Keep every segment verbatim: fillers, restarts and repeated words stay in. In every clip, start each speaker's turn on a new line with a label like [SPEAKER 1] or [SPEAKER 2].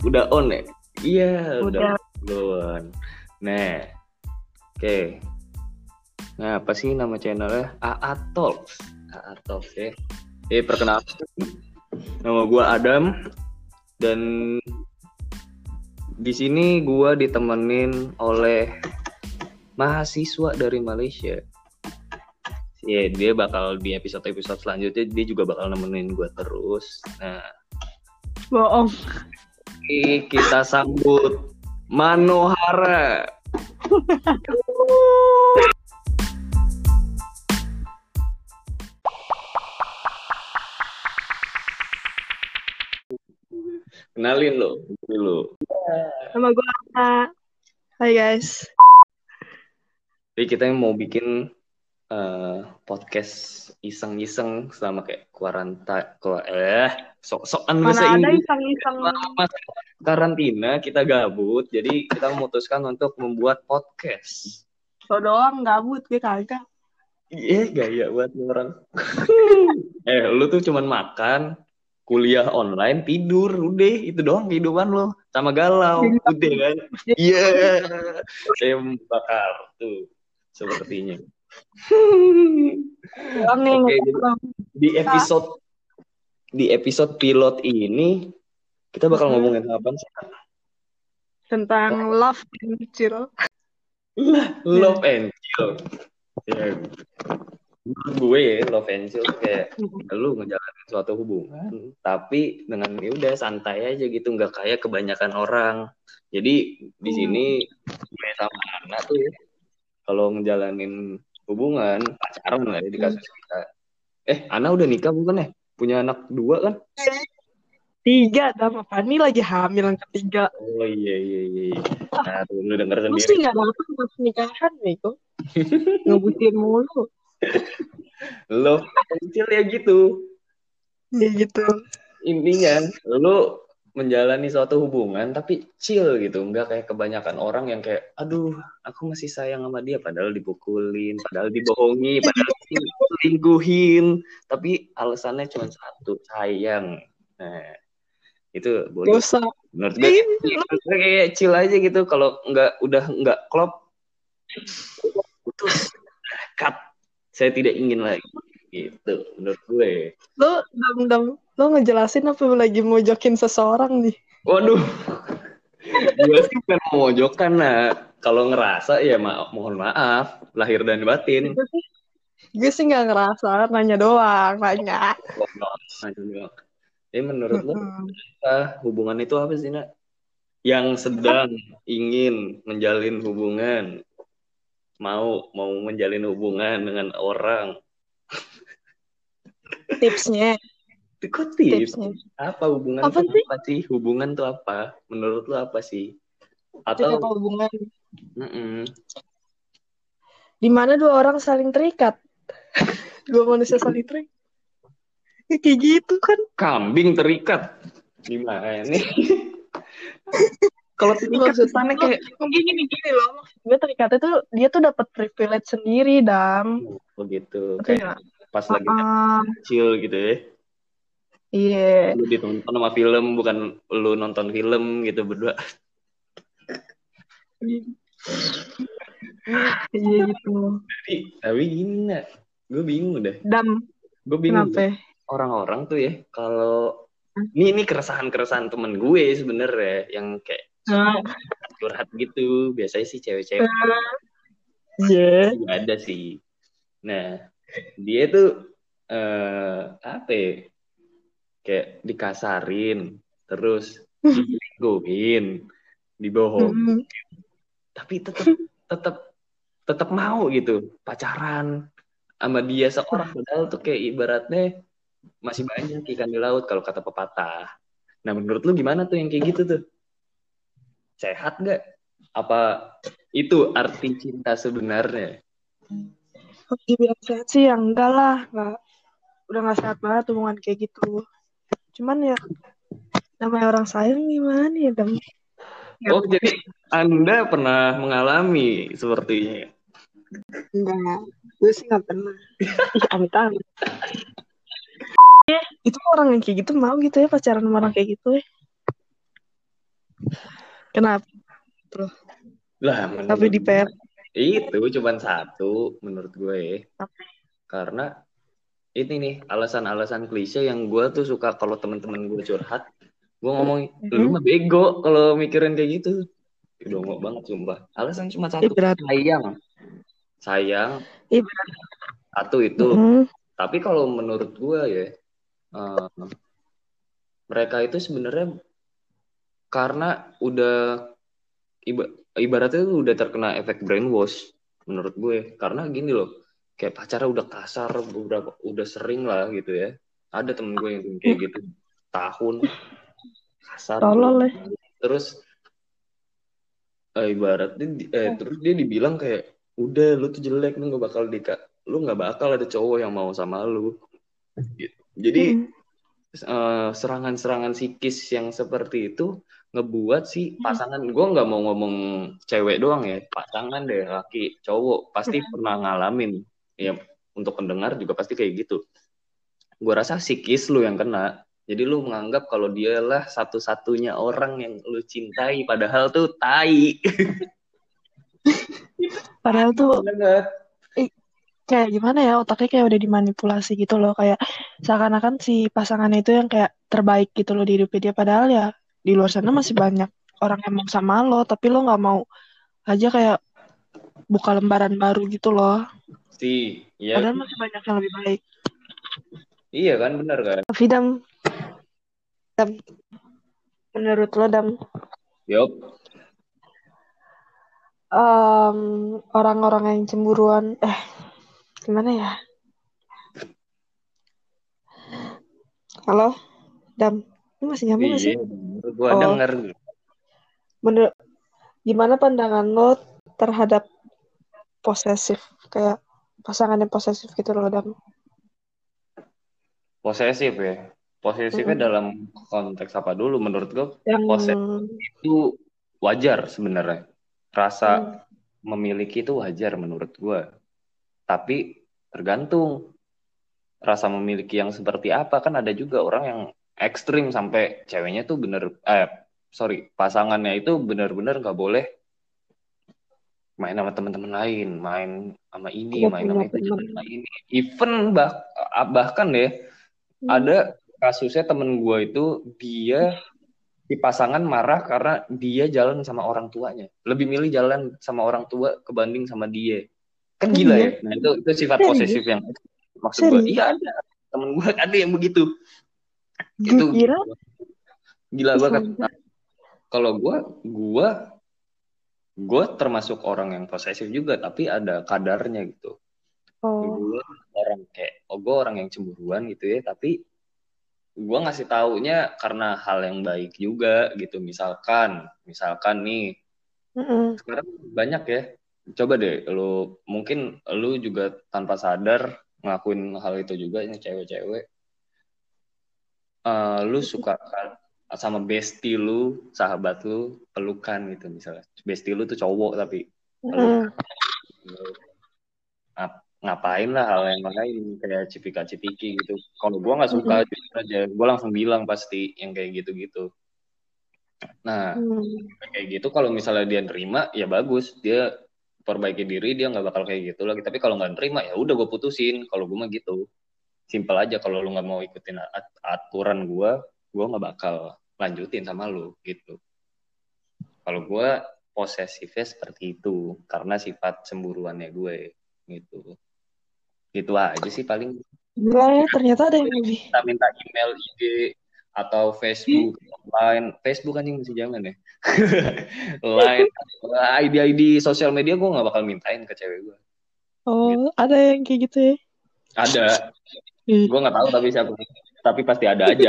[SPEAKER 1] Udah on ya? Iya,
[SPEAKER 2] Udah.
[SPEAKER 1] udah on. Nah, oke. Okay. Nah, apa sih nama channelnya? A A Talks. A A Talks ya. Eh, perkenalkan. Nama gue Adam dan di sini gue ditemenin oleh mahasiswa dari Malaysia. Ya, yeah, dia bakal di episode-episode selanjutnya dia juga bakal nemenin gue terus. Nah,
[SPEAKER 2] bohong.
[SPEAKER 1] Kita sambut Manohara. Kenalin lo dulu.
[SPEAKER 2] Nama gue Ana. Hai guys.
[SPEAKER 1] Jadi kita mau bikin uh, podcast iseng-iseng selama kayak kuaranta, keluar eh sok-sokan bahasa Inggris.
[SPEAKER 2] Mana ada iseng-iseng.
[SPEAKER 1] Selama karantina kita gabut, jadi kita memutuskan untuk membuat podcast.
[SPEAKER 2] So doang gabut gue kagak.
[SPEAKER 1] Iya, gaya buat orang. eh, lu tuh cuman makan, kuliah online, tidur, udah itu doang kehidupan lo, sama galau, udah kan? Iya, yeah. Saya bakar tuh sepertinya. Oke, okay, di episode di episode pilot ini kita bakal ngomongin apa sih?
[SPEAKER 2] Tentang love and chill.
[SPEAKER 1] Love and chill. Ya, gue ya love and chill kayak lu ngejalanin suatu hubungan tapi dengan ya udah santai aja gitu, nggak kayak kebanyakan orang. Jadi di sini gue sama Ana tuh ya, kalau ngejalanin hubungan pacaran lah ya di kasus kita. Eh, Ana udah nikah bukan ya? Punya anak dua kan?
[SPEAKER 2] Tiga, sama Fani lagi hamil yang ketiga.
[SPEAKER 1] Oh iya iya iya. Nah, tuh lu denger sendiri.
[SPEAKER 2] Mesti nggak dapet pas nikahan Beko. Ngebutin mulu.
[SPEAKER 1] Lo kecil ya gitu.
[SPEAKER 2] Ya gitu.
[SPEAKER 1] Intinya lu menjalani suatu hubungan tapi chill gitu, nggak kayak kebanyakan orang yang kayak aduh aku masih sayang sama dia padahal dipukulin, padahal dibohongi, padahal selingkuhin, tapi alasannya cuma satu, sayang. Nah itu bodoh. Menurut gue kayak chill aja gitu, kalau nggak udah nggak klop putus, cut, saya tidak ingin lagi gitu menurut gue.
[SPEAKER 2] Lo dam dam lo ngejelasin apa lagi mojokin seseorang nih?
[SPEAKER 1] Waduh, gue sih bukan mojokan, nah kalau ngerasa ya ma- mohon maaf lahir dan batin.
[SPEAKER 2] Gue sih nggak ngerasa, nanya doang, nanya.
[SPEAKER 1] Jadi menurut lo uh, hubungan itu apa sih, Nak? Yang sedang ingin menjalin hubungan, mau mau menjalin hubungan dengan orang.
[SPEAKER 2] Tipsnya.
[SPEAKER 1] Kok tips?
[SPEAKER 2] Tipsnya.
[SPEAKER 1] Apa hubungan
[SPEAKER 2] apa
[SPEAKER 1] tuh
[SPEAKER 2] sih?
[SPEAKER 1] apa sih? Hubungan tuh apa? Menurut lo apa sih? Atau
[SPEAKER 2] apa hubungan?
[SPEAKER 1] Mm-mm.
[SPEAKER 2] Di mana dua orang saling terikat? Dua manusia saling terikat. Ya, kayak gitu kan?
[SPEAKER 1] Kambing terikat. Gimana nih? Kalau terikat kesannya kayak
[SPEAKER 2] gini gini loh. Gue terikat itu dia tuh dapat privilege sendiri, Dam.
[SPEAKER 1] Begitu. Kayak pas uh-uh. lagi kecil gitu ya.
[SPEAKER 2] Iya. Yeah.
[SPEAKER 1] Lu ditonton sama film, bukan lu nonton film gitu berdua.
[SPEAKER 2] Iya gitu.
[SPEAKER 1] Tapi, tapi gini nak, gue bingung deh.
[SPEAKER 2] Dam.
[SPEAKER 1] Gue bingung.
[SPEAKER 2] Kenapa?
[SPEAKER 1] Orang-orang tuh ya, kalau ini ini keresahan-keresahan temen gue sebenarnya yang kayak
[SPEAKER 2] uh.
[SPEAKER 1] curhat gitu. Biasanya sih cewek-cewek.
[SPEAKER 2] Iya.
[SPEAKER 1] Uh. Ada sih. Nah, dia tuh uh, apa ya? Kayak dikasarin, terus diselingkuhin, dibohongin, mm. tapi tetap tetap tetap mau gitu pacaran sama dia seorang, padahal tuh kayak ibaratnya masih banyak ikan di laut kalau kata pepatah. Nah menurut lu gimana tuh yang kayak gitu tuh? Sehat gak? Apa itu arti cinta sebenarnya?
[SPEAKER 2] Oh, dibilang sehat sih ya enggak lah, nggak, udah nggak sehat banget hubungan kayak gitu. Cuman ya namanya orang sayang gimana ya, Dam?
[SPEAKER 1] Oh, ya, jadi Anda pernah mengalami sepertinya?
[SPEAKER 2] Enggak, gue sih nggak pernah. Ih, amit-amit. Itu orang yang kayak gitu mau gitu ya pacaran sama orang kayak gitu ya? Kenapa, bro?
[SPEAKER 1] Lah
[SPEAKER 2] Tapi
[SPEAKER 1] menurut
[SPEAKER 2] di P R.
[SPEAKER 1] itu cuman satu menurut gue. Karena ini nih alasan-alasan klise yang gue tuh suka kalau teman-teman gue curhat, gue ngomong lu
[SPEAKER 2] Mm-hmm.
[SPEAKER 1] mah bego kalau mikirin kayak gitu. Udah ngomong banget sumpah. Alasan cuma satu,
[SPEAKER 2] Ibarat,
[SPEAKER 1] sayang. Sayang
[SPEAKER 2] ibarat.
[SPEAKER 1] satu itu.
[SPEAKER 2] Mm-hmm.
[SPEAKER 1] Tapi kalau menurut gue ya, eh, mereka itu sebenarnya karena udah iba- ibaratnya tuh udah terkena efek brainwash menurut gue. Karena gini loh, kayak pacarnya udah kasar beberapa udah sering lah gitu ya. Ada temen gue yang kayak gitu tahun kasar
[SPEAKER 2] Tolol ya.
[SPEAKER 1] bolak-balik. Terus eh, ibaratnya di- eh, terus dia dibilang kayak udah lu tuh jelek, lu nggak bakal di lu nggak bakal ada cowok yang mau sama lu gitu. Jadi
[SPEAKER 2] Mm-mm.
[SPEAKER 1] eh, serangan-serangan psikis yang seperti itu ngebuat si pasangan, gue nggak mau ngomong cewek doang ya, pasangan deh laki cowok pasti pernah ngalamin ya, untuk pendengar juga pasti kayak gitu. Gue rasa psikis lu yang kena, jadi lu menganggap kalau dialah satu-satunya orang yang lu cintai padahal tuh tai.
[SPEAKER 2] Padahal tuh
[SPEAKER 1] Banget.
[SPEAKER 2] eh, kayak gimana ya, otaknya kayak udah dimanipulasi gitu loh, kayak seakan-akan si pasangannya itu yang kayak terbaik gitu loh di hidupnya dia, padahal ya di luar sana masih banyak orang yang mau sama lo, tapi lo nggak mau aja, kayak buka lembaran baru gitu loh,
[SPEAKER 1] Si, iya,
[SPEAKER 2] padahal masih banyak yang lebih baik.
[SPEAKER 1] iya kan, benar kan?
[SPEAKER 2] Tapi Dam, Dam, menurut lo Dam,
[SPEAKER 1] Yup.
[SPEAKER 2] em, orang-orang yang cemburuan, eh gimana ya, halo Dam, ini masih nyambung gak
[SPEAKER 1] Iya,
[SPEAKER 2] sih?
[SPEAKER 1] gua
[SPEAKER 2] Oh,
[SPEAKER 1] denger.
[SPEAKER 2] menurut gimana pandangan lo terhadap posesif, kayak pasangan yang posesif gitu loh Dam?
[SPEAKER 1] Posesif ya. Posesifnya
[SPEAKER 2] Mm-mm.
[SPEAKER 1] dalam konteks apa dulu? Menurut gua
[SPEAKER 2] Yang
[SPEAKER 1] posesif itu wajar sebenarnya. Rasa
[SPEAKER 2] mm,
[SPEAKER 1] memiliki itu wajar menurut gua. Tapi tergantung rasa memiliki yang seperti apa. Kan ada juga orang yang ekstrim sampai ceweknya tuh bener, eh sorry, pasangannya itu bener-bener nggak boleh main sama teman-teman lain, main sama ini,
[SPEAKER 2] tidak
[SPEAKER 1] main
[SPEAKER 2] punya
[SPEAKER 1] sama itu,
[SPEAKER 2] teman.
[SPEAKER 1] jangan sama ini. Even bah, bahkan deh
[SPEAKER 2] Mm.
[SPEAKER 1] ada kasusnya temen gue itu, dia si pasangan marah karena dia jalan sama orang tuanya, lebih milih jalan sama orang tua kebanding sama dia. Kan gila ya.
[SPEAKER 2] Serius?
[SPEAKER 1] Nah itu itu sifat posesif
[SPEAKER 2] Serius?
[SPEAKER 1] yang maksud gue.
[SPEAKER 2] Serius?
[SPEAKER 1] Iya ada temen gue ada yang begitu.
[SPEAKER 2] Gue
[SPEAKER 1] Itu
[SPEAKER 2] kira,
[SPEAKER 1] gila, gila banget.
[SPEAKER 2] astaga.
[SPEAKER 1] Nah, kalau gue gue gue termasuk orang yang posesif juga, tapi ada kadarnya gitu.
[SPEAKER 2] Oh,
[SPEAKER 1] Gue orang kayak oh gue orang yang cemburuan gitu ya, tapi gue ngasih taunya karena hal yang baik juga gitu. Misalkan misalkan nih
[SPEAKER 2] mm-mm.
[SPEAKER 1] sekarang banyak ya, coba deh lu, mungkin lu juga tanpa sadar ngelakuin hal itu juga, yang cewek-cewek. Eh, lu suka sama bestie lu, sahabat lu, pelukan gitu misalnya. Bestie lu tuh cowok tapi pelukan.
[SPEAKER 2] Mm-mm.
[SPEAKER 1] Ngap- ngapain lah hal yang lain kayak cipika-cipiki gitu. Kalau gue nggak suka,
[SPEAKER 2] Mm-mm.
[SPEAKER 1] jujur aja gue langsung bilang pasti yang kayak gitu-gitu. Nah
[SPEAKER 2] Mm.
[SPEAKER 1] kayak gitu kalau misalnya dia nerima ya bagus, dia perbaiki diri, dia nggak bakal kayak gitu lagi. Tapi kalau nggak nerima ya udah gue putusin. Kalau gue mah gitu, simpel aja. Kalau lu nggak mau ikutin at- aturan gue gue nggak bakal lanjutin sama lu gitu. Kalau gue posesifnya seperti itu karena sifat cemburuannya gue gitu. Gitu aja sih paling.
[SPEAKER 2] Gila ya, ternyata ada yang lebih.
[SPEAKER 1] Kita minta email, I G, atau Facebook, Line. Facebook anjing masih jangan ya. Line, I D I D sosial media gue nggak bakal mintain ke cewek gue. Gitu.
[SPEAKER 2] Oh, ada yang kayak gitu ya?
[SPEAKER 1] Ada,
[SPEAKER 2] Ih.
[SPEAKER 1] gue nggak tahu tapi siapa. Tapi pasti ada aja.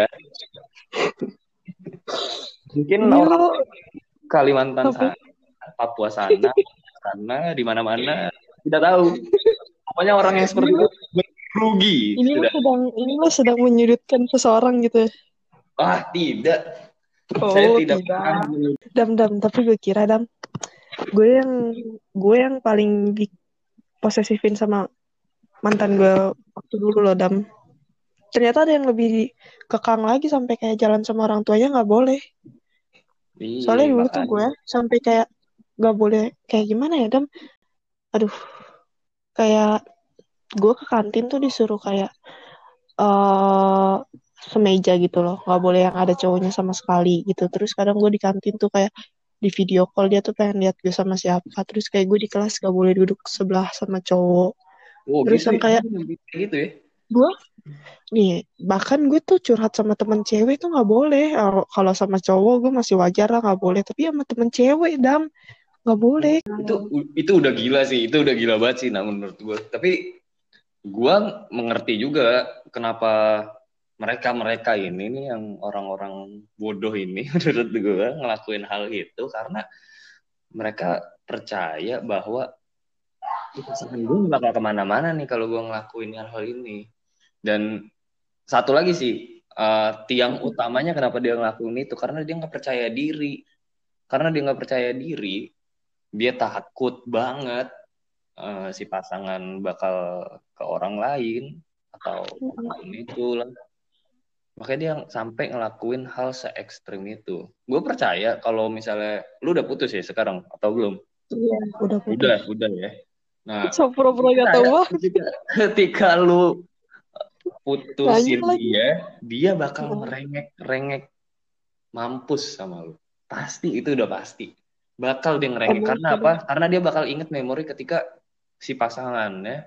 [SPEAKER 1] Mungkin
[SPEAKER 2] Ini
[SPEAKER 1] orang
[SPEAKER 2] lo
[SPEAKER 1] Kalimantan
[SPEAKER 2] apa?
[SPEAKER 1] sana, Papua sana, sana di mana-mana tidak tahu. Pokoknya orang yang
[SPEAKER 2] Ini
[SPEAKER 1] seperti
[SPEAKER 2] lo,
[SPEAKER 1] itu rugi
[SPEAKER 2] ini lo
[SPEAKER 1] sudah.
[SPEAKER 2] sedang, ini lo sedang menyudutkan seseorang gitu ya?
[SPEAKER 1] Ah tidak, saya
[SPEAKER 2] Oh,
[SPEAKER 1] tidak pernah.
[SPEAKER 2] tidak. Dam, Dam, tapi gue kira Dam, gue yang gue yang paling di posesifin sama mantan gue waktu dulu loh Dam. Ternyata ada yang lebih kekang lagi sampai kayak jalan sama orang tuanya nggak boleh. Soalnya
[SPEAKER 1] Iya,
[SPEAKER 2] dulu tuh
[SPEAKER 1] makanya.
[SPEAKER 2] gue sampai kayak gak boleh kayak gimana ya Dam. Aduh, kayak gue ke kantin tuh disuruh kayak eh semeja gitu loh, nggak boleh yang ada cowoknya sama sekali gitu. Terus kadang gue di kantin tuh kayak di video call dia tuh pengen lihat gue sama siapa. Terus kayak gue di kelas gak boleh duduk sebelah sama cowok.
[SPEAKER 1] Oh
[SPEAKER 2] Terus
[SPEAKER 1] gitu
[SPEAKER 2] yang
[SPEAKER 1] ya, ada
[SPEAKER 2] kayak
[SPEAKER 1] yang kayak gitu ya.
[SPEAKER 2] gue nih bahkan gue tuh curhat sama temen cewek tuh nggak boleh. Kalau kalau sama cowok gue masih wajar lah nggak boleh. Tapi sama temen cewek Dam nggak boleh.
[SPEAKER 1] Itu itu udah gila sih, itu udah gila banget sih, nah menurut gue. Tapi gue mengerti juga kenapa mereka mereka ini nih yang orang-orang bodoh ini menurut gue ngelakuin hal itu karena mereka percaya bahwa pasangan gue nggak bakal kemana-mana nih kalau gue ngelakuin hal-hal ini. Dan satu lagi sih, uh, tiang utamanya kenapa dia ngelakuin itu karena dia nggak percaya diri. Karena dia nggak percaya diri, dia takut banget uh, si pasangan bakal ke orang lain atau apapun itu lah. Makanya dia sampai ngelakuin hal se ekstrim itu. Gue percaya kalau misalnya lu udah putus ya sekarang atau belum?
[SPEAKER 2] Iya udah putus.
[SPEAKER 1] Udah, udah ya. Nah,
[SPEAKER 2] So pura-pura gak tau
[SPEAKER 1] percaya
[SPEAKER 2] banget.
[SPEAKER 1] ketika, ketika lu
[SPEAKER 2] Nanya
[SPEAKER 1] putusin
[SPEAKER 2] lagi.
[SPEAKER 1] dia, dia bakal ngerengek-rengek mampus sama lu. Pasti itu udah pasti. Bakal dia ngerengek.
[SPEAKER 2] Emang
[SPEAKER 1] Karena
[SPEAKER 2] sih
[SPEAKER 1] apa? Karena dia bakal inget memori ketika si pasangannya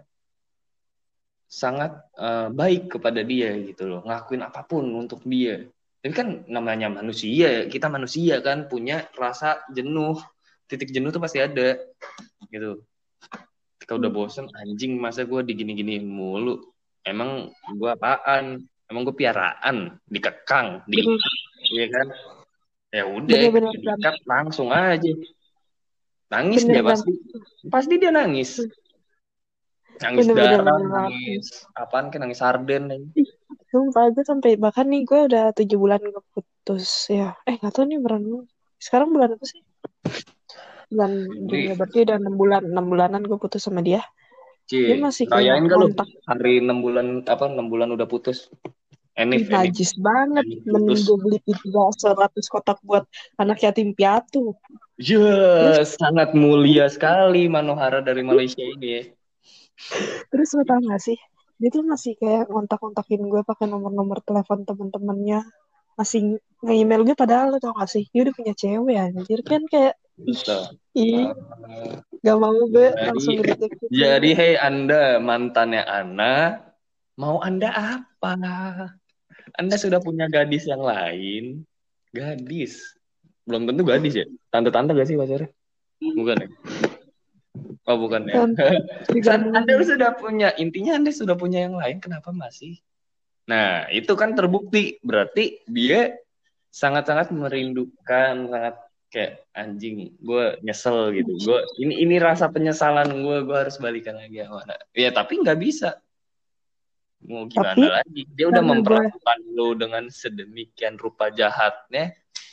[SPEAKER 1] sangat uh, baik kepada dia gitu loh. Ngelakuin apapun untuk dia. Tapi kan namanya manusia, kita manusia kan punya rasa jenuh. Titik jenuh tuh pasti ada gitu. Ketika udah bosen, anjing masa gue digini-gini mulu. Emang gue apaan? Emang gue piaraan, dikekang,
[SPEAKER 2] bener
[SPEAKER 1] diikat, iya kan? Ya udah,
[SPEAKER 2] bener-bener
[SPEAKER 1] ketika
[SPEAKER 2] dan
[SPEAKER 1] diikat langsung aja. Nangis
[SPEAKER 2] bener
[SPEAKER 1] dia
[SPEAKER 2] dan
[SPEAKER 1] pasti. Pasti dia nangis. Nangis
[SPEAKER 2] bener-bener
[SPEAKER 1] darah,
[SPEAKER 2] bener banget.
[SPEAKER 1] nangis apaan kan, nangis sarden.
[SPEAKER 2] Ih, sumpah gue sampai bahkan nih gue udah tujuh bulan gak putus ya. Eh nggak tahu nih bulan sekarang bulan apa sih? Bulan Juni ya
[SPEAKER 1] Jadi,
[SPEAKER 2] berarti udah enam bulan enam bulanan gue putus sama dia. Dia
[SPEAKER 1] Ci,
[SPEAKER 2] masih kayak
[SPEAKER 1] rayain gak lu
[SPEAKER 2] ngontak.
[SPEAKER 1] hari enam bulan apa enam bulan udah putus? Enif,
[SPEAKER 2] Ih,
[SPEAKER 1] Enif,
[SPEAKER 2] najis banget.
[SPEAKER 1] Enif
[SPEAKER 2] Mending
[SPEAKER 1] putus.
[SPEAKER 2] gue beli pizza seratus kotak buat anak yatim piatu. Terus
[SPEAKER 1] Ya, sangat mulia sekali Manohara dari Malaysia ini ya.
[SPEAKER 2] terus lo tau gak sih? Dia tuh masih kayak ngontak-ngontakin gue pakai nomor-nomor telepon temen-temennya. Masih nge-email gue padahal lo tau gak sih? Dia udah punya cewek anjir kan kayak ih,
[SPEAKER 1] Betul.
[SPEAKER 2] ih
[SPEAKER 1] Uh,
[SPEAKER 2] gak mau gue
[SPEAKER 1] jadi,
[SPEAKER 2] langsung reject gitu.
[SPEAKER 1] jadi hei Anda mantannya Ana, mau Anda apa? Anda sudah punya gadis yang lain? Gadis? Belum tentu gadis ya? Tante-tante gak sih pacarnya? Bukan ya? Oh bukan ya.
[SPEAKER 2] Dan juga
[SPEAKER 1] Saat Anda sudah punya, intinya Anda sudah punya yang lain, kenapa masih? Nah, itu kan terbukti. Berarti dia sangat-sangat merindukan, sangat kayak anjing, gue nyesel gitu. Gue ini ini rasa penyesalan gue, gue harus balikan lagi sama anak. Ya tapi nggak bisa. Mau
[SPEAKER 2] tapi
[SPEAKER 1] gimana lagi? Dia udah
[SPEAKER 2] karena gue
[SPEAKER 1] memperlakukan lo dengan sedemikian rupa jahatnya,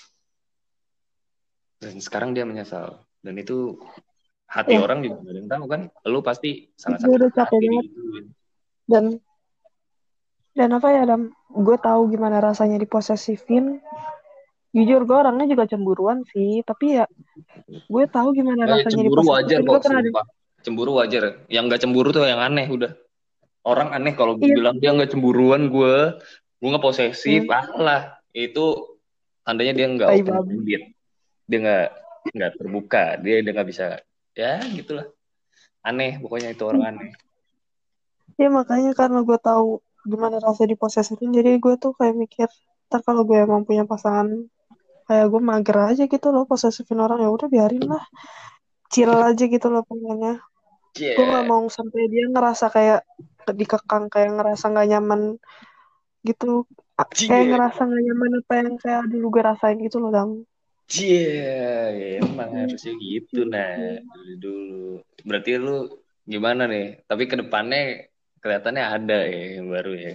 [SPEAKER 1] dan sekarang dia menyesal. Dan itu hati
[SPEAKER 2] ya
[SPEAKER 1] orang juga gak ada yang tahu kan. Lo pasti sangat
[SPEAKER 2] gue
[SPEAKER 1] sakit
[SPEAKER 2] udah capek
[SPEAKER 1] hati
[SPEAKER 2] banget
[SPEAKER 1] digituin.
[SPEAKER 2] dan dan apa ya dan gue tahu gimana rasanya diposesifin. Jujur gue orangnya juga cemburuan sih, tapi ya gue tahu gimana
[SPEAKER 1] Eh,
[SPEAKER 2] rasanya
[SPEAKER 1] cemburu wajar
[SPEAKER 2] diposesifin. Gue
[SPEAKER 1] kok,
[SPEAKER 2] pernah ada.
[SPEAKER 1] sumpah. Cemburu wajar. Yang nggak cemburu tuh yang aneh udah. Orang aneh kalau
[SPEAKER 2] Iya.
[SPEAKER 1] bilang dia nggak cemburuan, gue gue nggak posesif,
[SPEAKER 2] Hmm,
[SPEAKER 1] ah lah. Itu tandanya dia nggak
[SPEAKER 2] tai
[SPEAKER 1] open
[SPEAKER 2] babi.
[SPEAKER 1] minded, dia nggak nggak terbuka, dia dia nggak bisa, ya gitulah. Aneh, pokoknya itu orang aneh.
[SPEAKER 2] Ya makanya karena gue tahu gimana rasanya diposesifin, jadi gue tuh kayak mikir, ntar kalau gue emang punya pasangan, kayak gue mager aja gitu loh posesifin orang, ya udah biarin lah, chill aja gitu loh pokoknya. Gue nggak
[SPEAKER 1] Yeah.
[SPEAKER 2] mau sampai dia ngerasa kayak dikekang, kayak ngerasa nggak nyaman gitu. A- kayak
[SPEAKER 1] Cie,
[SPEAKER 2] ngerasa nggak nyaman apa yang kayak dulu gue rasain gitu loh dong.
[SPEAKER 1] cie, emang harusnya gitu nah, dulu dulu. Berarti lu gimana nih? Tapi kedepannya kelihatannya ada ya yang baru ya.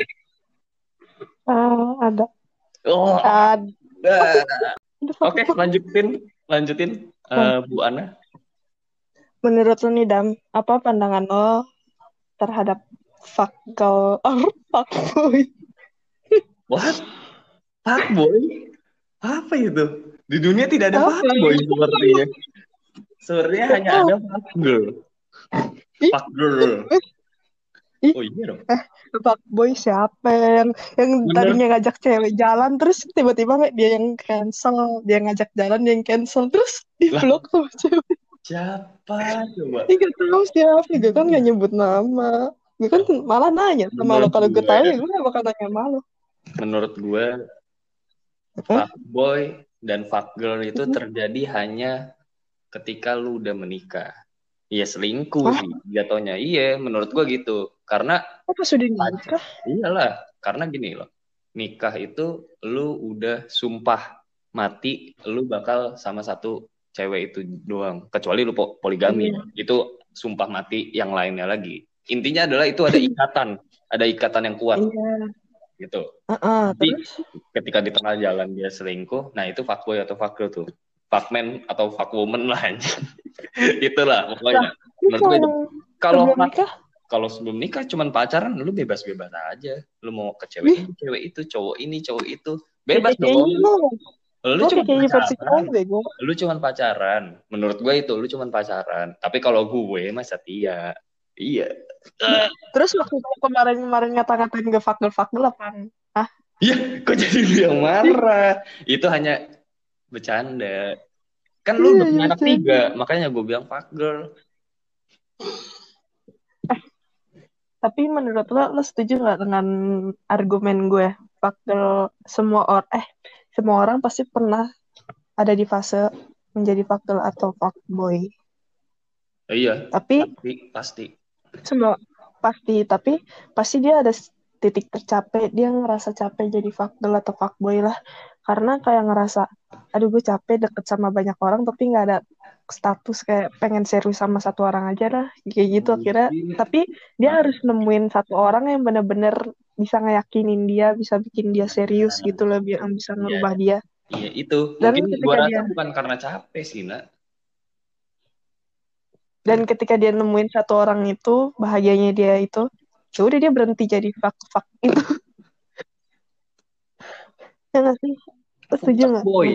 [SPEAKER 2] Ah, ada
[SPEAKER 1] Oh,
[SPEAKER 2] ada
[SPEAKER 1] nah.
[SPEAKER 2] ada
[SPEAKER 1] Oke,
[SPEAKER 2] apa-apa.
[SPEAKER 1] lanjutin, lanjutin,
[SPEAKER 2] Nah,
[SPEAKER 1] eh, Bu Ana.
[SPEAKER 2] menurut lo nih Dam, apa pandangan lo terhadap fuck girl or fuck boy?
[SPEAKER 1] What? Fuckboy? Apa itu? Di dunia tidak ada
[SPEAKER 2] Apa
[SPEAKER 1] fuckboy
[SPEAKER 2] ya?
[SPEAKER 1] sepertinya. Sebenarnya
[SPEAKER 2] Gak
[SPEAKER 1] hanya
[SPEAKER 2] tahu.
[SPEAKER 1] ada fuck girl.
[SPEAKER 2] Ih,
[SPEAKER 1] Fuck girl.
[SPEAKER 2] ih,
[SPEAKER 1] Oh iya dong.
[SPEAKER 2] eh, fuckboy siapa yang yang
[SPEAKER 1] Bener
[SPEAKER 2] tadinya ngajak cewek jalan terus tiba-tiba nggak dia yang cancel, dia ngajak jalan dia yang cancel terus di
[SPEAKER 1] lah,
[SPEAKER 2] blok sama cewek.
[SPEAKER 1] siapa coba?
[SPEAKER 2] Ih, gak tahu siapa, gue kan gak nyebut nama. Gue kan malah nanya sama lo,
[SPEAKER 1] Menurut
[SPEAKER 2] kalau gue
[SPEAKER 1] gue,
[SPEAKER 2] tahu ya gue gak bakal nanya sama lo.
[SPEAKER 1] menurut gue
[SPEAKER 2] Hah?
[SPEAKER 1] fuckboy dan fuckgirl itu terjadi hanya ketika lu udah menikah. Iya selingkuh
[SPEAKER 2] Hah?
[SPEAKER 1] sih jatuhnya. Iya, menurut gue gitu. Karena
[SPEAKER 2] Apa sudah nikah?
[SPEAKER 1] iyalah, karena gini loh. Nikah itu lu udah sumpah mati lu bakal sama satu cewek itu doang. Kecuali lu poligami ya.
[SPEAKER 2] Iya.
[SPEAKER 1] Itu sumpah mati yang lainnya lagi. Intinya adalah itu ada ikatan, ada ikatan yang kuat
[SPEAKER 2] Iya.
[SPEAKER 1] gitu.
[SPEAKER 2] Heeh,
[SPEAKER 1] Jadi
[SPEAKER 2] terus?
[SPEAKER 1] ketika di tengah jalan dia selingkuh, nah itu fuckboy atau fuckgirl tuh. Fuckman atau fuckwoman lah. Itulah
[SPEAKER 2] Lah,
[SPEAKER 1] pokoknya.
[SPEAKER 2] ini
[SPEAKER 1] Menurut
[SPEAKER 2] kalau
[SPEAKER 1] gue itu.
[SPEAKER 2] yang
[SPEAKER 1] Kalau
[SPEAKER 2] sebelum nikah?
[SPEAKER 1] kalau sebelum nikah cuman pacaran, lu bebas-bebas aja. Lu mau ke cewek
[SPEAKER 2] Wih,
[SPEAKER 1] ini, cewek itu, cowok ini, cowok itu.
[SPEAKER 2] kayak
[SPEAKER 1] Bebas
[SPEAKER 2] kayaknya
[SPEAKER 1] dong.
[SPEAKER 2] lo.
[SPEAKER 1] Lu
[SPEAKER 2] Lo
[SPEAKER 1] cuma
[SPEAKER 2] kayak kayaknya versi
[SPEAKER 1] pacaran.
[SPEAKER 2] cowok bego.
[SPEAKER 1] Lu cuma pacaran. Menurut gue itu, lu cuma pacaran. Tapi kalau gue mah setia. Iya. Ah,
[SPEAKER 2] Terus waktu itu kemarin-kemarin ngata-ngatain gak fakdel-fakdel apaan? Hah?
[SPEAKER 1] iya, kok jadi lu yang
[SPEAKER 2] Ih,
[SPEAKER 1] marah? Itu hanya bercanda. Kan lu
[SPEAKER 2] iya,
[SPEAKER 1] udah
[SPEAKER 2] iya,
[SPEAKER 1] punya anak
[SPEAKER 2] bercanda.
[SPEAKER 1] tiga, makanya gue bilang fuck girl.
[SPEAKER 2] Eh, tapi menurut lo, lo setuju nggak dengan argumen gue? Fakdel semua orang, eh, semua orang pasti pernah ada di fase menjadi fakdel atau fuckboy.
[SPEAKER 1] Iya,
[SPEAKER 2] Tapi
[SPEAKER 1] pasti, pasti.
[SPEAKER 2] semua pasti, tapi pasti dia ada titik tercapek, dia ngerasa capek jadi fuckgirl atau fuckboy lah. Karena kayak ngerasa, aduh gue capek deket sama banyak orang tapi nggak ada status kayak pengen serius sama satu orang aja lah. Kayak gitu akhirnya.
[SPEAKER 1] Mungkin,
[SPEAKER 2] Tapi dia harus nemuin satu orang yang bener-bener bisa ngeyakinin dia, bisa bikin dia serius gitu loh, biar yang bisa
[SPEAKER 1] iya,
[SPEAKER 2] ngerubah dia.
[SPEAKER 1] iya itu.
[SPEAKER 2] Dan
[SPEAKER 1] Mungkin gue
[SPEAKER 2] ketika
[SPEAKER 1] rasa
[SPEAKER 2] dia
[SPEAKER 1] bukan karena capek sih, nak.
[SPEAKER 2] dan ketika dia nemuin satu orang itu, bahagianya dia itu, ya udah dia berhenti jadi fuck fuck itu. Ya nggak sih? Lo setuju
[SPEAKER 1] Puncak
[SPEAKER 2] nggak?
[SPEAKER 1] boy.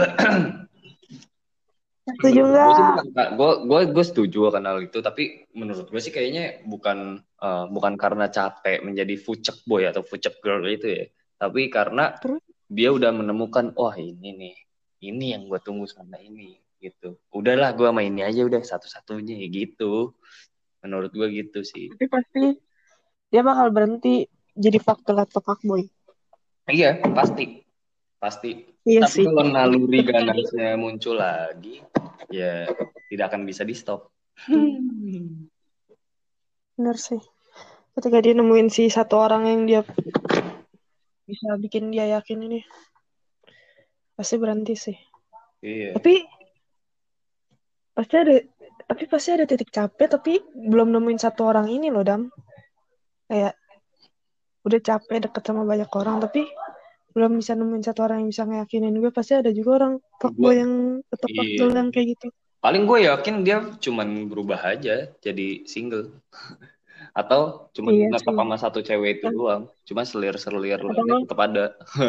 [SPEAKER 2] Setuju
[SPEAKER 1] Gue sih
[SPEAKER 2] nggak?
[SPEAKER 1] bukan, gue gue gue setuju akan hal itu, tapi menurut gue sih kayaknya bukan eh, bukan karena capek menjadi fucek boy atau fucek girl itu ya, tapi karena
[SPEAKER 2] Terus?
[SPEAKER 1] dia udah menemukan, oh ini nih, ini yang gue tunggu sama ini gitu. Udahlah gue main ini aja udah satu-satunya ya gitu. Menurut gue gitu sih.
[SPEAKER 2] Tapi pasti dia bakal berhenti jadi faktor atau fuckboy.
[SPEAKER 1] Iya, pasti, pasti.
[SPEAKER 2] Iya
[SPEAKER 1] Tapi
[SPEAKER 2] sih.
[SPEAKER 1] kalau naluri
[SPEAKER 2] Ketika dia,
[SPEAKER 1] ganasnya muncul lagi, ya tidak akan bisa di stop. Hmm.
[SPEAKER 2] bener sih. Ketika dia nemuin si satu orang yang dia bisa bikin dia yakin ini, pasti berhenti sih.
[SPEAKER 1] Iya.
[SPEAKER 2] Tapi pasti ada, tapi pasti ada titik capek, tapi belum nemuin satu orang ini loh, Dam. Kayak udah capek deket sama banyak orang, tapi belum bisa nemuin satu orang yang bisa ngeyakinin gue. Pasti ada juga orang
[SPEAKER 1] Gua,
[SPEAKER 2] fuckboy yang tetap fuckgirl
[SPEAKER 1] iya.
[SPEAKER 2] yang kayak gitu.
[SPEAKER 1] Paling gue yakin dia cuman berubah aja jadi single. Atau cuman
[SPEAKER 2] Iya
[SPEAKER 1] netep
[SPEAKER 2] sih.
[SPEAKER 1] sama satu cewek itu doang. Cuma selir-selir
[SPEAKER 2] Atau
[SPEAKER 1] lainnya
[SPEAKER 2] nggak,
[SPEAKER 1] tetap ada.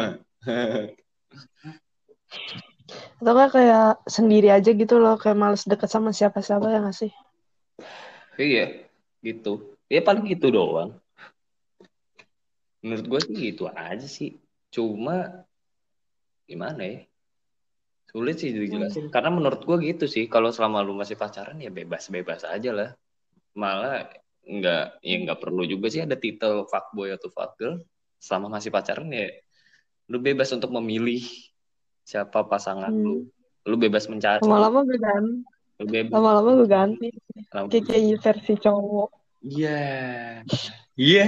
[SPEAKER 2] atau nggak kayak sendiri aja gitu loh, kayak males deket sama siapa-siapa ya nggak sih?
[SPEAKER 1] Iya, gitu. Ya paling gitu doang. Menurut gue sih gitu aja sih. Cuma gimana ya? Sulit sih
[SPEAKER 2] Hmm.
[SPEAKER 1] dijelasin. Karena menurut gue gitu sih. Kalau selama lu masih pacaran ya bebas-bebas aja lah. Malah nggak ya nggak perlu juga sih ada titel fuckboy atau fuckgirl. Selama masih pacaran ya lu bebas untuk memilih siapa pasangan lu.
[SPEAKER 2] Hmm.
[SPEAKER 1] Lu bebas mencari.
[SPEAKER 2] Lama-lama gue ganti.
[SPEAKER 1] Lu bebas.
[SPEAKER 2] Lama-lama gue ganti. Kayak
[SPEAKER 1] Lama-
[SPEAKER 2] kayak versi cowok.
[SPEAKER 1] Iya. Iya.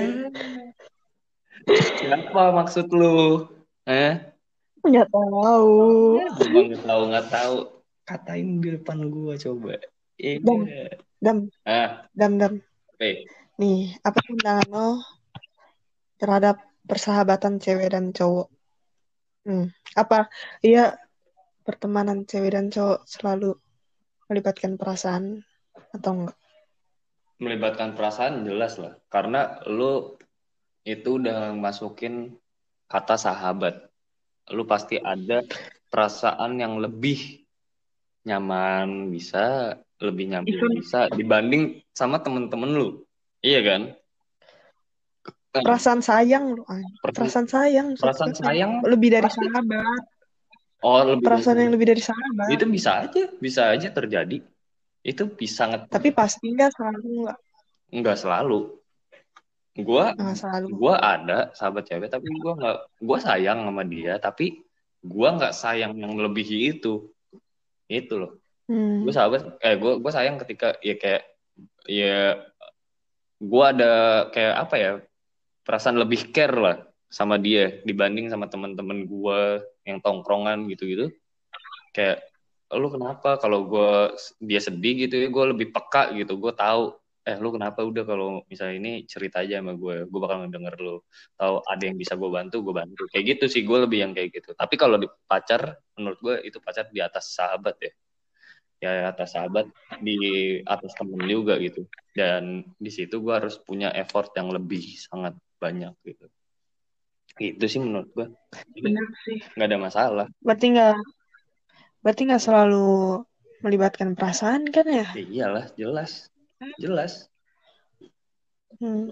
[SPEAKER 1] Siapa maksud lu? Eh?
[SPEAKER 2] Nggak tahu.
[SPEAKER 1] Gua nggak tahu nggak tahu. Katain di depan gua coba.
[SPEAKER 2] Dam,
[SPEAKER 1] Iya.
[SPEAKER 2] dam,
[SPEAKER 1] Ah,
[SPEAKER 2] dam, dam.
[SPEAKER 1] oke.
[SPEAKER 2] Nih, apa pandangan lo terhadap persahabatan cewek dan cowok? Hmm. Apa iya pertemanan cewek dan cowok selalu melibatkan perasaan atau enggak?
[SPEAKER 1] Melibatkan perasaan jelas lah. Karena lu itu udah masukin kata sahabat. lu pasti ada perasaan yang lebih nyaman, bisa lebih nyaman
[SPEAKER 2] Even
[SPEAKER 1] bisa dibanding sama temen-temen lu, iya kan? Nah,
[SPEAKER 2] perasaan sayang lu, anjing.
[SPEAKER 1] per-
[SPEAKER 2] Perasaan sayang maksud gue
[SPEAKER 1] perasaan
[SPEAKER 2] kayak
[SPEAKER 1] sayang
[SPEAKER 2] lebih dari
[SPEAKER 1] pasti,
[SPEAKER 2] sahabat.
[SPEAKER 1] oh lebih dari
[SPEAKER 2] Perasaan yang
[SPEAKER 1] sahabat.
[SPEAKER 2] lebih dari sahabat.
[SPEAKER 1] Itu bisa aja, bisa aja terjadi. Itu bisa sangat,
[SPEAKER 2] Tapi pasti nggak selalu nggak
[SPEAKER 1] nggak selalu. Gua
[SPEAKER 2] nggak selalu.
[SPEAKER 1] gua ada sahabat cewek tapi gua nggak, gua sayang sama dia tapi gua nggak sayang yang melebihi itu itu loh. Gue
[SPEAKER 2] Hmm.
[SPEAKER 1] sahabat, eh gue gue sayang ketika ya kayak, ya gue ada kayak apa ya, perasaan lebih care lah sama dia dibanding sama teman-teman gue yang tongkrongan gitu-gitu. Kayak lu kenapa kalau gue, dia sedih gitu ya, gue lebih peka gitu, gue tahu, eh lu kenapa, udah kalau misalnya ini cerita aja sama gue gue bakal ngedenger lu, tahu ada yang bisa gue bantu gue bantu, kayak gitu sih, gue lebih yang kayak gitu. Tapi kalau di pacar, menurut gue itu pacar di atas sahabat ya, ya atas sahabat, di atas temen juga gitu. Dan di situ gue harus punya effort yang lebih sangat banyak gitu. Itu sih menurut gue. Jadi
[SPEAKER 2] Bener sih.
[SPEAKER 1] nggak ada masalah.
[SPEAKER 2] Berarti nggak berarti nggak selalu melibatkan perasaan kan ya?
[SPEAKER 1] Ya, iyalah, jelas, jelas.
[SPEAKER 2] Hmm.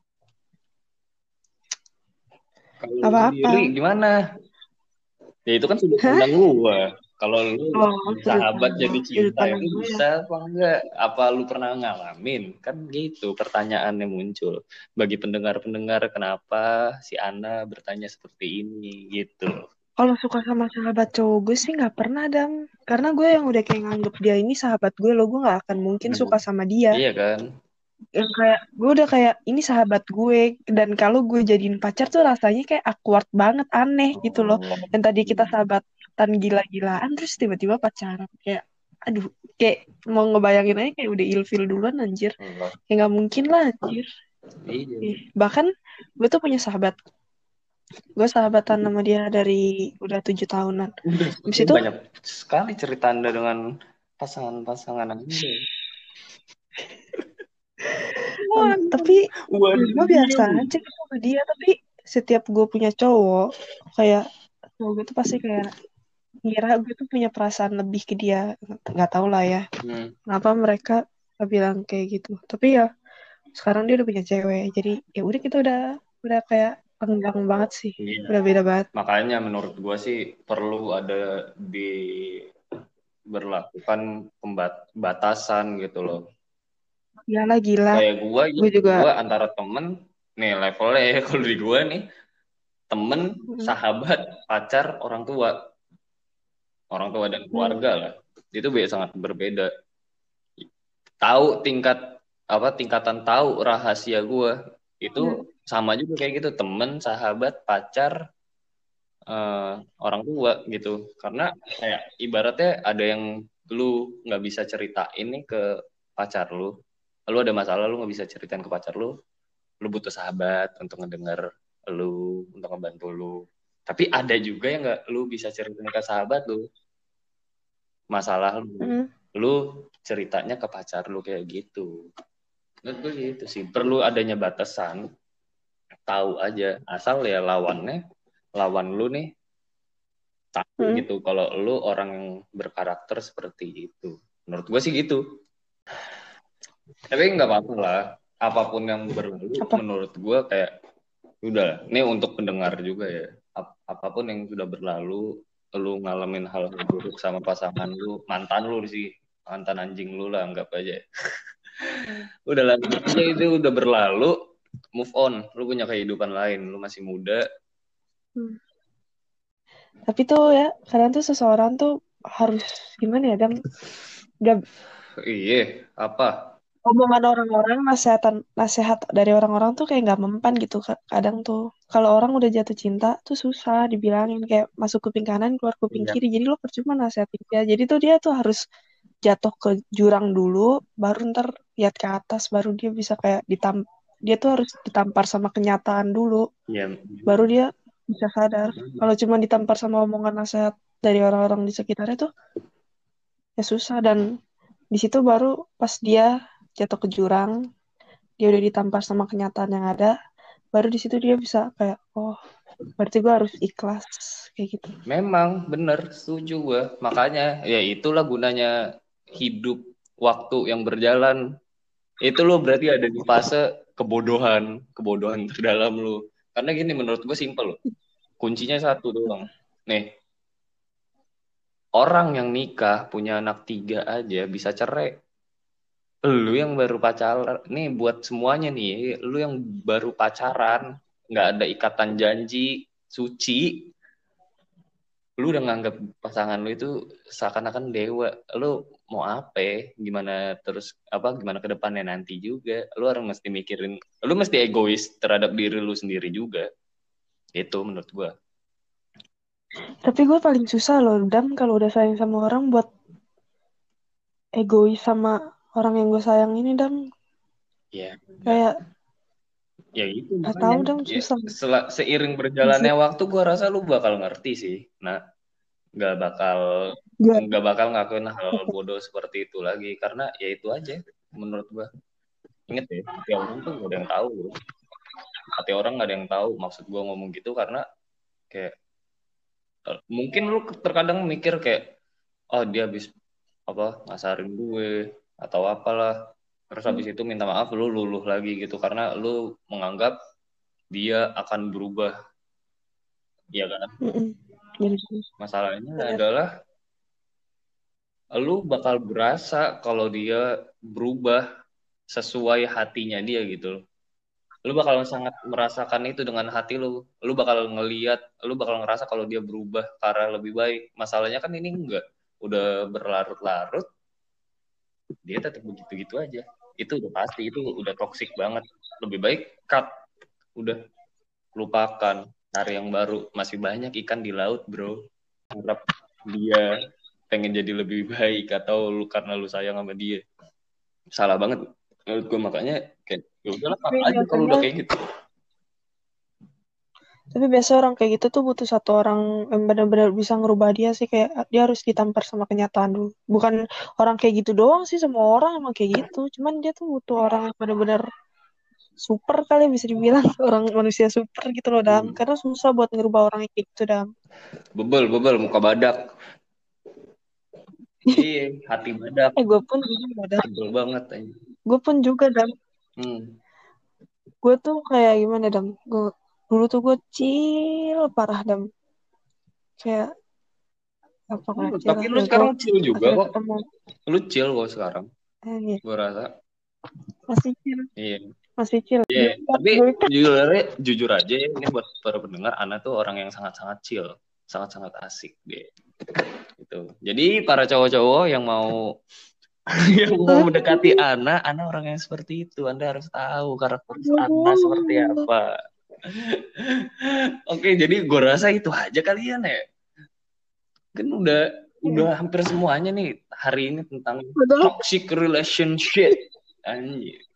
[SPEAKER 1] Kalau
[SPEAKER 2] Nggak
[SPEAKER 1] lu
[SPEAKER 2] apa-apa.
[SPEAKER 1] sendiri gimana? Ya itu kan sudut
[SPEAKER 2] Hah?
[SPEAKER 1] pandang gue. Kalau lu
[SPEAKER 2] Oh,
[SPEAKER 1] dari
[SPEAKER 2] sudut
[SPEAKER 1] sahabat
[SPEAKER 2] pandang,
[SPEAKER 1] jadi
[SPEAKER 2] sudut
[SPEAKER 1] cinta
[SPEAKER 2] pandang
[SPEAKER 1] itu
[SPEAKER 2] gue ya.
[SPEAKER 1] bisa apa enggak? Apa lu pernah ngalamin? Kan gitu pertanyaannya muncul. Bagi pendengar-pendengar, kenapa si Ana bertanya seperti ini gitu.
[SPEAKER 2] Kalau suka sama sahabat cowok gue sih nggak pernah, Dam. Karena gue yang udah kayak nganggep dia ini sahabat gue loh. Gue nggak akan mungkin
[SPEAKER 1] Hmm.
[SPEAKER 2] suka sama dia.
[SPEAKER 1] Iya kan?
[SPEAKER 2] Yang kayak gue udah kayak ini sahabat gue. Dan kalau gue jadiin pacar tuh rasanya kayak awkward banget, aneh gitu loh.
[SPEAKER 1] Oh,
[SPEAKER 2] Yang tadi kita sahabatan gila-gilaan terus tiba-tiba pacaran. Kayak aduh, kayak mau ngebayangin aja kayak udah ilfil duluan anjir.
[SPEAKER 1] Allah.
[SPEAKER 2] Kayak nggak mungkin lah anjir.
[SPEAKER 1] Iya.
[SPEAKER 2] Ih, bahkan gue tuh punya sahabat. Gue sahabatan sama dia dari udah tujuh tahunan.
[SPEAKER 1] Udah,
[SPEAKER 2] Habis
[SPEAKER 1] udah
[SPEAKER 2] itu
[SPEAKER 1] banyak sekali cerita Anda dengan pasangan-pasangan Anda.
[SPEAKER 2] Em, tapi menurut gue biasa
[SPEAKER 1] Waduh.
[SPEAKER 2] aja gitu sama dia. Tapi setiap gue punya cowok, kayak cowok gue tuh pasti kayak ngira gue tuh punya perasaan lebih ke dia. Nggak tahu lah ya
[SPEAKER 1] Hmm.
[SPEAKER 2] kenapa mereka bilang kayak gitu. Tapi ya sekarang dia udah punya cewek, jadi ya udah kita udah udah kayak enggang banget sih,
[SPEAKER 1] Iya.
[SPEAKER 2] udah beda banget.
[SPEAKER 1] Makanya menurut gua sih perlu ada diberlakukan pembatasan gitu loh.
[SPEAKER 2] Iyalah gila,
[SPEAKER 1] Kayak gua, ya,
[SPEAKER 2] gue juga.
[SPEAKER 1] gua antara temen, nih levelnya ya, kalau di gua nih, temen,
[SPEAKER 2] Mm,
[SPEAKER 1] sahabat, pacar, orang tua, orang tua dan
[SPEAKER 2] mm,
[SPEAKER 1] keluarga lah. Itu beda, sangat berbeda. Tahu tingkat apa, tingkatan tahu rahasia gue itu
[SPEAKER 2] mm,
[SPEAKER 1] sama juga kayak gitu, temen, sahabat, pacar, eh, orang tua gitu. Karena kayak ibaratnya ada yang lu nggak bisa ceritain nih ke pacar lu, lu ada masalah lu nggak bisa ceritain ke pacar lu lu butuh sahabat untuk ngedenger lu, untuk ngebantu lu. Tapi ada juga yang nggak lu bisa ceritain ke sahabat lu masalah lu,
[SPEAKER 2] mm.
[SPEAKER 1] lu ceritanya ke pacar lu, kayak gitu. Menurut gue gitu sih, perlu adanya batasan, tahu aja, asal ya lawannya, lawan lu nih tahu
[SPEAKER 2] Mm.
[SPEAKER 1] gitu kalau lu orang yang berkarakter seperti itu. Menurut gue sih gitu. Tapi nggak apa-apa lah, apapun yang berlalu
[SPEAKER 2] Apa?
[SPEAKER 1] menurut gue kayak udah, ini untuk pendengar juga ya. Ap- apapun yang sudah berlalu, lu ngalamin hal buruk sama pasangan lu, mantan lu sih, mantan anjing lu lah anggap aja. Udah lah, aja itu udah berlalu, move on. Lu punya kehidupan lain, lu masih muda.
[SPEAKER 2] Mm. Tapi tuh ya kadang tuh seseorang tuh harus gimana ya, dan gak,
[SPEAKER 1] Iya, apa?
[SPEAKER 2] omongan orang-orang, nasihatan nasihat dari orang-orang tuh kayak nggak mempan gitu. Ka- kadang tuh kalau orang udah jatuh cinta tuh susah dibilangin, kayak masuk kuping kanan keluar kuping
[SPEAKER 1] Iya.
[SPEAKER 2] kiri, jadi lo percuma nasihatin dia. Jadi tuh dia tuh harus jatuh ke jurang dulu, baru ntar lihat ke atas, baru dia bisa kayak ditam dia tuh harus ditampar sama kenyataan dulu,
[SPEAKER 1] Iya.
[SPEAKER 2] baru dia bisa sadar. Kalau cuma ditampar sama omongan nasihat dari orang-orang di sekitarnya tuh ya susah. Dan di situ baru pas dia jatuh ke jurang, dia udah ditampar sama kenyataan yang ada, baru di situ dia bisa kayak oh berarti gue harus ikhlas kayak gitu.
[SPEAKER 1] Memang bener, setuju gue. Makanya ya itulah gunanya hidup, waktu yang berjalan. Itu lo berarti ada di fase kebodohan, kebodohan terdalam lo. Karena gini menurut gue simpel loh. Kuncinya satu doang. Nih, orang yang nikah punya anak tiga aja bisa cerai. Lu yang baru pacaran, nih buat semuanya nih, lu yang baru pacaran, nggak ada ikatan janji, suci, lu udah nganggap pasangan lu itu seakan-akan dewa. Lu mau apa? Gimana terus apa? Gimana ke depannya nanti juga? Lu harus mesti mikirin, lu mesti egois terhadap diri lu sendiri juga. Itu menurut gua.
[SPEAKER 2] Tapi gue paling susah loh Dam kalau udah sayang sama orang buat egois sama orang yang gue sayang ini Dam.
[SPEAKER 1] Ya, ya,
[SPEAKER 2] Kayak
[SPEAKER 1] ya itu
[SPEAKER 2] gak
[SPEAKER 1] makanya.
[SPEAKER 2] tahu Dam
[SPEAKER 1] Ya,
[SPEAKER 2] susah.
[SPEAKER 1] sel- seiring
[SPEAKER 2] Bisa
[SPEAKER 1] berjalannya waktu, gua rasa lu bakal ngerti sih. Nah, nggak bakal
[SPEAKER 2] gak
[SPEAKER 1] nggak bakal ngakuin hal bodoh seperti itu lagi karena ya itu aja menurut gua. Ingat ya, hati orang tuh gak ada yang tahu bro. Hati orang gak ada yang tahu maksud gua ngomong gitu karena kayak eh, mungkin lu terkadang mikir kayak oh dia habis apa ngasarin gue atau apalah terus habis itu minta maaf lu luluh lagi gitu karena lu menganggap dia akan berubah ya kan.
[SPEAKER 2] Mm-mm. Bener,
[SPEAKER 1] Masalahnya
[SPEAKER 2] bener.
[SPEAKER 1] adalah lu bakal berasa kalau dia berubah sesuai hatinya dia gitu loh. Lu bakal sangat merasakan itu dengan hati lu. Lu bakal ngeliat, lu bakal ngerasa kalau dia berubah ke arah lebih baik. Masalahnya kan ini enggak. Udah berlarut-larut, dia tetap begitu-gitu aja. Itu udah pasti, itu udah toksik banget. Lebih baik cut, udah lupakan, cari yang baru. Masih banyak ikan di laut, bro. Harap dia pengen jadi lebih baik atau lu karena lu sayang sama dia. Salah banget menurut gue makanya kayak ya udahlah cut
[SPEAKER 2] Tapi
[SPEAKER 1] aja kalau
[SPEAKER 2] biasanya
[SPEAKER 1] udah kayak gitu.
[SPEAKER 2] Tapi biasa orang kayak gitu tuh butuh satu orang yang benar-benar bisa ngerubah dia sih kayak dia harus ditampar sama kenyataan dulu. Bukan orang kayak gitu doang sih, semua orang emang kayak gitu. Cuman dia tuh butuh orang yang benar-benar super kali bisa dibilang orang manusia super gitu loh Dam.
[SPEAKER 1] Hmm.
[SPEAKER 2] Karena susah buat ngerubah orang kayak gitu Dam.
[SPEAKER 1] Bebel, bebel, muka badak. Iya, hati badak.
[SPEAKER 2] Eh gue pun juga Dam.
[SPEAKER 1] Sebel banget aja.
[SPEAKER 2] Gue pun juga Dam.
[SPEAKER 1] Hmm.
[SPEAKER 2] Gue tuh kayak gimana Dam. Gue dulu tuh gue chill parah Dam. Kayak apa
[SPEAKER 1] Hmm,
[SPEAKER 2] kecil
[SPEAKER 1] tapi
[SPEAKER 2] lah
[SPEAKER 1] lu
[SPEAKER 2] ya gue
[SPEAKER 1] sekarang chill juga
[SPEAKER 2] akhirnya
[SPEAKER 1] kok.
[SPEAKER 2] ketemu.
[SPEAKER 1] Lu chill kok sekarang.
[SPEAKER 2] Eh, iya.
[SPEAKER 1] Gue rasa.
[SPEAKER 2] Masih chill.
[SPEAKER 1] Iya.
[SPEAKER 2] Masih chill.
[SPEAKER 1] Iya.
[SPEAKER 2] Gue
[SPEAKER 1] Tapi
[SPEAKER 2] gue
[SPEAKER 1] jujur aja, jujur aja ya, ini buat para pendengar, Ana tuh orang yang sangat-sangat chill. Sangat-sangat asik dia. Gitu. Jadi para cowok-cowok yang mau yang mau mendekati Ana, Ana orang yang seperti itu. Anda harus tahu karakter Ana seperti apa. Oke, jadi gue rasa itu aja kalian ya. Kan udah udah hampir semuanya nih hari ini tentang
[SPEAKER 2] Padahal
[SPEAKER 1] toxic relationship. Anjir.